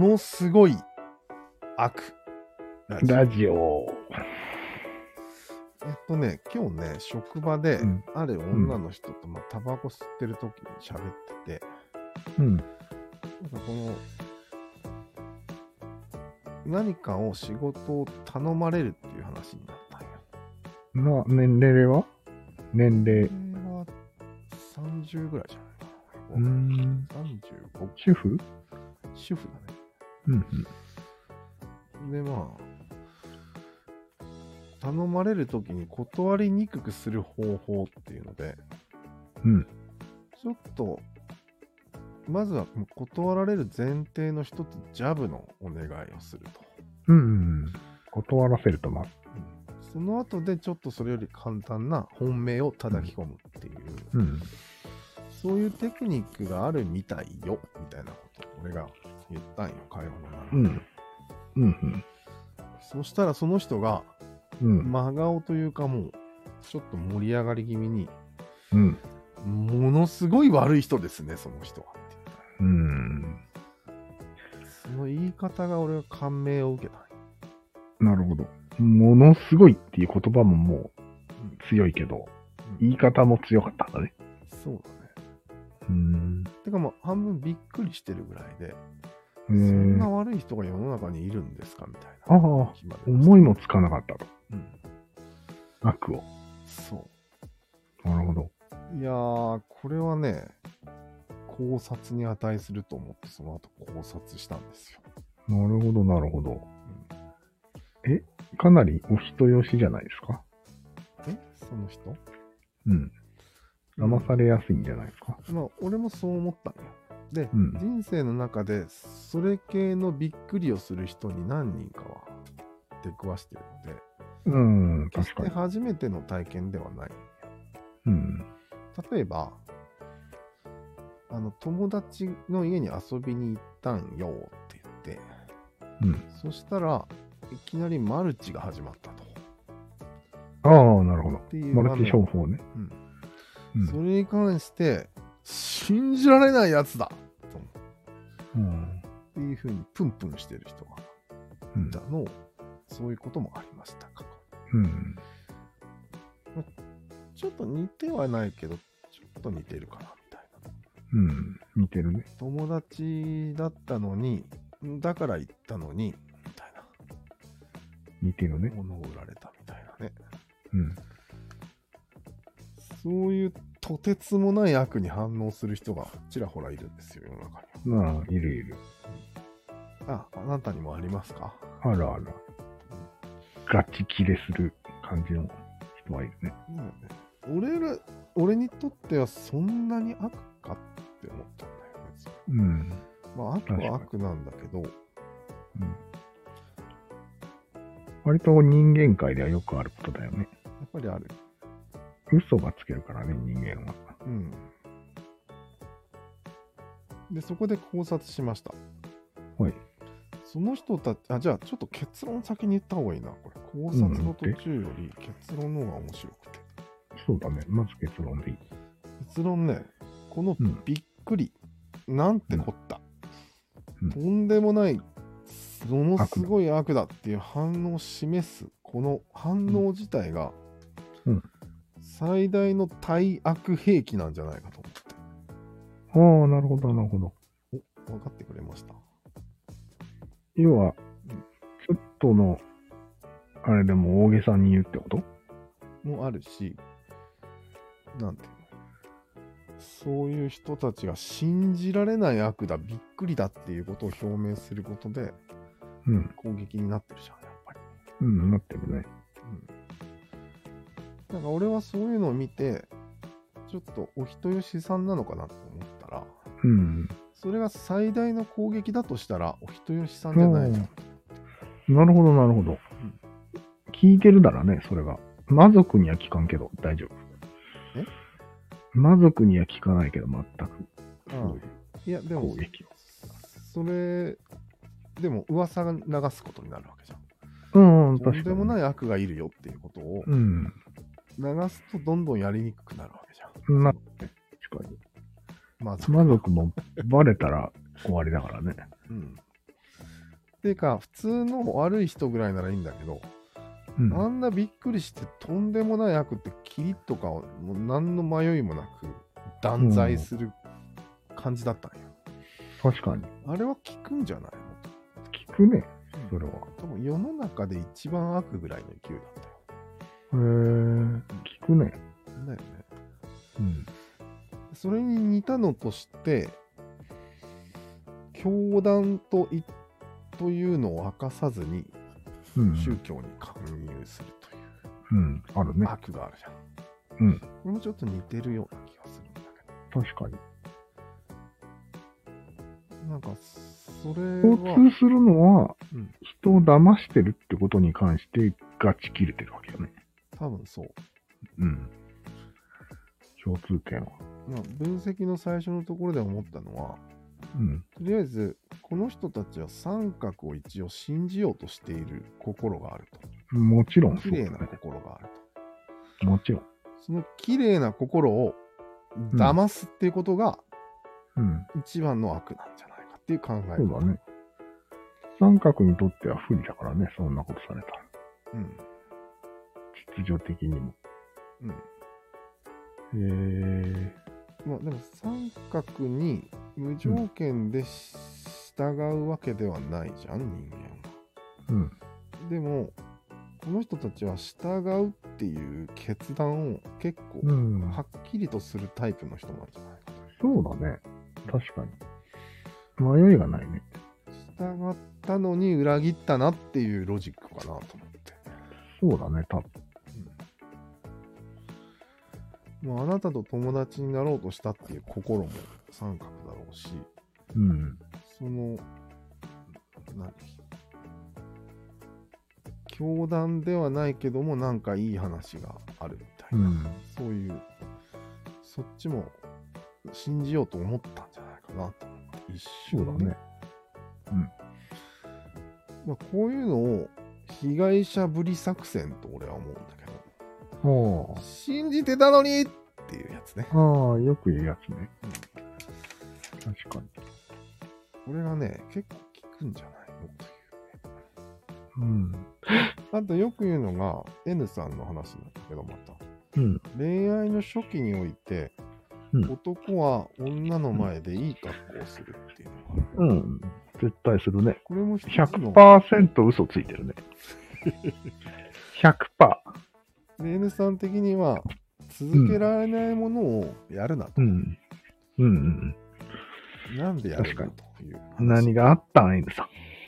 のすごい悪ラジオ。 今日ね、職場で、ある女の人と、タバコ吸ってる時に喋ってて、なんかこの、何かを仕事を頼まれるっていう話になったんよ。 年齢は年齢は30ぐらいじゃないかな。35。 主婦主婦だね。で、頼まれるときに断りにくくする方法っていうので、ちょっと、まずは断られる前提の一つ、ジャブのお願いをすると。 断らせるとその後でちょっとそれより簡単な本命を叩き込むっていう、そういうテクニックがあるみたいよ、みたいなことを俺が言ったんよ、会話の中で。そしたらその人が、真顔というかもう、ちょっと盛り上がり気味に、ものすごい悪い人ですね、その人は。その言い方が俺は感銘を受けた。 なるほど。ものすごいっていう言葉ももう強いけど、言い方も強かったんだね。 そうだね。てか半分びっくりしてるぐらいで、そんな悪い人が世の中にいるんですかみたいな。 思いもつかなかったと。悪を。 そう。 なるほど。 いやー、これはね、考察に値すると思って、その後考察したんですよ。 なるほど、なるほど。かなりお人よしじゃないですか？ その人？ 騙されやすいんじゃないですか？ 俺もそう思ったのよ。で、人生の中で、それ系のびっくりをする人に何人かは出くわしてるので、決して初めての体験ではない。例えば、友達の家に遊びに行ったんよって言って、そしたらいきなりマルチが始まったと。 なるほど。マルチ商法ね。 それに関して信じられないやつだとっていうふうにプンプンしてる人がいたのを、そういうこともありましたか。ちょっと似てはないけど、ちょっと似てるかなみたいな。 似てるね。 友達だったのに、だから行ったのに、みたいな。 似てるね。 物を売られたみたいなね。そういうとてつもない悪に反応する人がちらほらいるんですよ、世の中に。 いるいる。 あなたにもありますか？ あるある。ガチ切れする感じの人はいるね。 俺にとってはそんなに悪かって思ったんだよね。悪は悪なんだけど、 割と人間界ではよくあることだよね。 やっぱりある。 嘘がつけるからね、人間は。 で、そこで考察しました。その人たち、じゃあちょっと結論先に言った方がいいな。これ考察の途中より結論の方が面白くて。 そうだね。まず結論でいい。 結論ね、このびっくり、なんてこった、とんでもない、ものすごい悪だっていう反応を示す、この反応自体が、最大の対悪兵器なんじゃないかと思って。なるほど、なるほど。 分かってくれました？ 要は、ちょっとの、あれでも大げさに言うってこともあるし、なんていうの、そういう人たちが信じられない悪だ、びっくりだっていうことを表明することで、攻撃になってるじゃん、やっぱり。 なってるね。 なんか俺はそういうのを見て、ちょっとお人よしさんなのかなと思ったら、それが最大の攻撃だとしたら、お人よしさんじゃないじゃん。 なるほど、なるほど。聞いてるならね、それが。魔族には聞かんけど、大丈夫。魔族には聞かないけど、全く。 いや、でも、それ、でも噂が流すことになるわけじゃん。とんでもない悪がいるよっていうことを流すとどんどんやりにくくなるわけじゃん。 確かに。魔族もバレたら終わりだからね。 ていうか、普通の悪い人ぐらいならいいんだけど、あんなびっくりしてとんでもない悪ってキリッとかをもう何の迷いもなく断罪する感じだったんよ。 確かに。 あれは効くんじゃないの？ 効くね、それは。 多分世の中で一番悪ぐらいの勢いだったよ。 効くね。 だよね。 うん。 それに似たのとして、教団というのを明かさずに、宗教に勧誘するという、 あるね。 悪があるじゃん。これもちょっと似てるような気がするんだけど。確かに。 なんか、それは。 共通するのは、人を騙してるってことに関してガチ切れてるわけよね。 多分そう。 共通点は。 分析の最初のところで思ったのは、とりあえず、この人たちは三角を一応信じようとしている心があると。 もちろん綺麗な心があると。もちろん。 その綺麗な心を騙すっていうことが、一番の悪なんじゃないかっていう考え。 そうだね。三角にとっては不利だからね、そんなことされたら。秩序的にも。 まあでも三角に無条件で従うわけではないじゃん、人間は。でも、この人たちは従うっていう決断を結構はっきりとするタイプの人なんじゃないかと。 そうだね。確かに。迷いがないね。 従ったのに裏切ったなっていうロジックかなと思って。 そうだね、多分。 あなたと友達になろうとしたっていう心も三角だろうし、その、教団ではないけどもなんかいい話があるみたいな、そういう、そっちも信じようと思ったんじゃないかなと思って、一緒だね。こういうのを被害者ぶり作戦と俺は思うんだけど、信じてたのにっていうやつね。 よく言うやつね。確かに。 これがね、結構効くんじゃないのというね。あとよく言うのが N さんの話なんだけど、また。恋愛の初期において、男は女の前でいい格好をするっていうのが。 絶対するね。 これも 100% 嘘ついてるね。100%。 で、N さん的には、続けられないものをやるなと。なんでやるかという。 何があったん、N さん。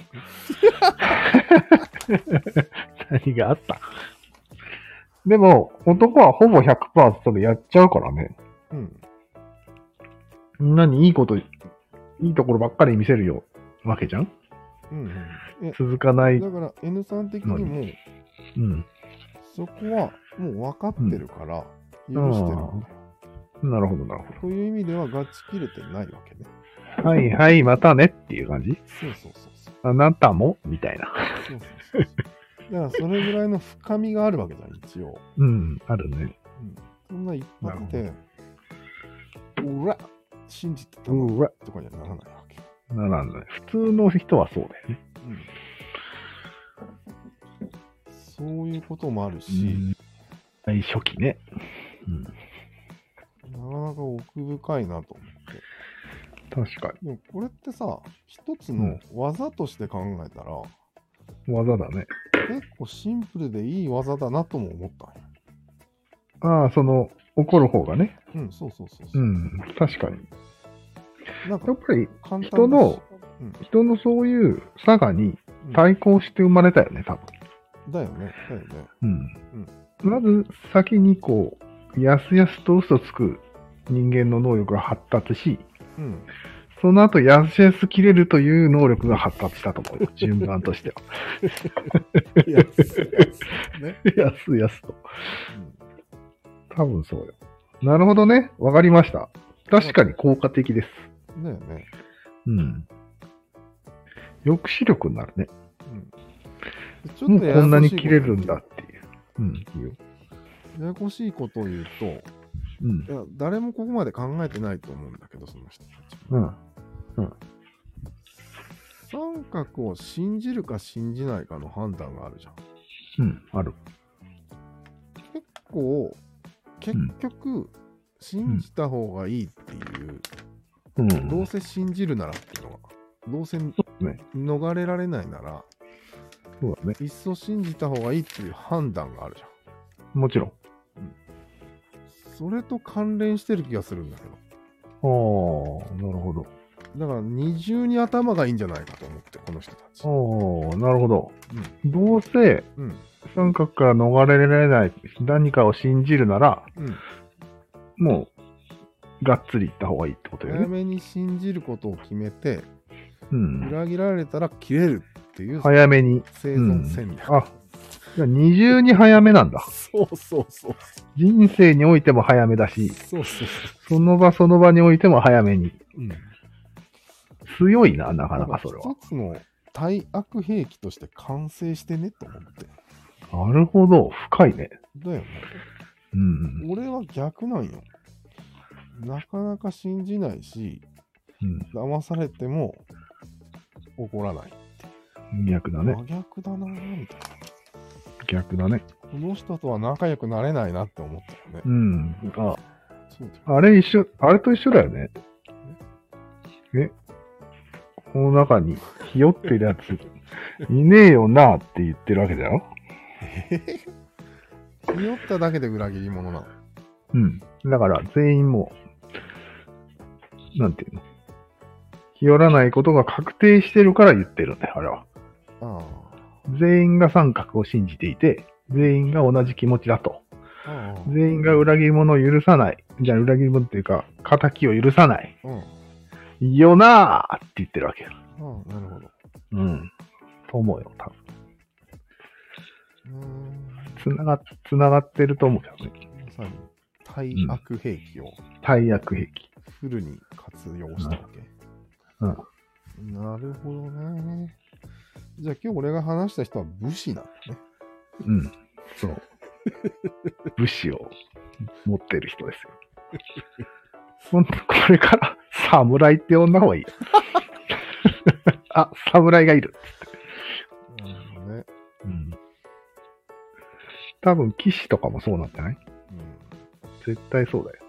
何があったん。でも、男はほぼ 100% それやっちゃうからね。いいこと、いいところばっかり見せるよ、わけじゃん。続かない。 だから N さん的にも、そこはもう分かってるから許してるんだよ。 なるほど、なるほど。 という意味ではガチ切れてないわけね。 はいはい、またねっていう感じ。 そう。 あなたもみたいな。 そう。だからそれぐらいの深みがあるわけじゃん、一応。 あるね。 そんな一発で、うわ信じてたのとかにはならないわけ。 ならない。普通の人はそうだよね。 そういうこともあるし、 初期ね。 なかなか奥深いなと思って。 確かに。 でもこれってさ、一つの技として考えたら、 技だね。 結構シンプルでいい技だなとも思ったんよ。その、怒る方がね。 そう。 確かに。 なんかやっぱり人のそういう差がに対抗して生まれたよね、多分。 だよね。 まず先にこう、やすやすと嘘つく人間の能力が発達し、その後やすやす切れるという能力が発達したと思うよ、順番としては。やすやすと。多分そうよ。なるほどね。わかりました。確かに効果的です。 だよね。 抑止力になるね。 ちょっとややこしいこともうこんなに切れるんだっていう。いいよ。 ややこしいことを言うと、いや誰もここまで考えてないと思うんだけど、その人たち。 三角を信じるか信じないかの判断があるじゃん。 うん、ある。 結局、信じた方がいいっていう、どうせ信じるならっていうのが、どうせ逃れられないなら、 そうだね。 いっそ信じた方がいいっていう判断があるじゃん。もちろん。 それと関連してる気がするんだけど。 なるほど。 だから二重に頭がいいんじゃないかと思って、この人たち。 なるほど。どうせ、三角から逃れられない何かを信じるなら、もう、がっつり行った方がいいってことよね。 早めに信じることを決めて、裏切られたら切れるっていう、 早めに生存戦略。 じゃあ二重に早めなんだ。 そう。 人生においても早めだし、その場その場においても早めに。強いな、なかなかそれは。 一つの対悪兵器として完成してねと思って。 なるほど、深いね。 だよね。俺は逆なんよ。なかなか信じないし、騙されても怒らない。 逆だね。 真逆だなぁ、みたいな。 逆だね。 この人とは仲良くなれないなって思ったよね。 あれと一緒だよね。この中にひよってるやついねえよなって言ってるわけだよ。 ひよっただけで裏切り者なの。だから全員もう、なんていうの。ひよらないことが確定してるから言ってるんだよ、あれは。全員が三角を信じていて、全員が同じ気持ちだと。全員が裏切り者を許さない。じゃあ裏切り者っていうか、仇を許さない。よなーって言ってるわけよ。 なるほど。 と思うよ、多分。つながってると思うけどね。 まさに、対悪兵器を。 対悪兵器。 フルに活用したわけ。なるほどね。じゃあ今日俺が話した人は武士なんだね。 そう。武士を持ってる人ですよ。これから侍って呼んだ方がいいよ。侍がいるっつって。 なるほどね。 多分騎士とかもそうなんじゃない？絶対そうだよ。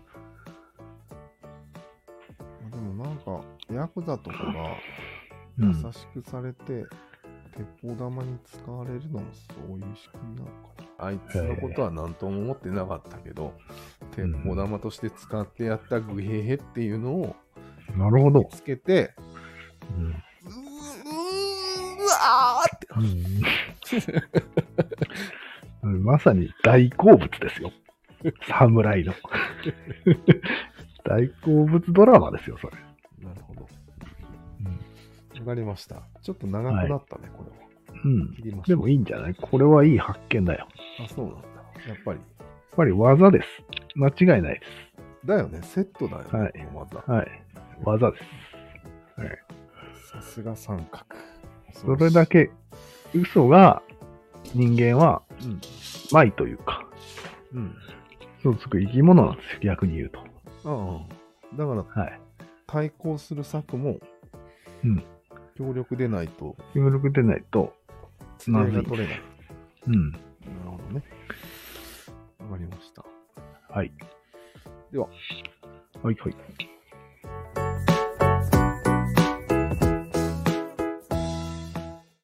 でもなんか、ヤクザとかが優しくされて、鉄砲玉に使われるのもそういう仕組みなのかな。あいつのことは何とも思ってなかったけど、鉄砲玉として使ってやったグヘヘっていうのをなるほどつけて、うわーって。 まさに大好物ですよ。侍の。大好物ドラマですよ、それ。 なるほど。わかりました。ちょっと長くなったね、これは。 でもいいんじゃない？これはいい発見だよ。 そうなんだ。やっぱり技です。間違いないです。 だよね、セットだよね、 技。技です。 さすが三角。 それだけ、嘘が、人間は、昧というか、嘘つく生き物なんですよ、逆に言うと。 だから、対抗する策も、協力でないと、まずい。が取れない。なるほどね。わかりました。 はい。 では。 はい。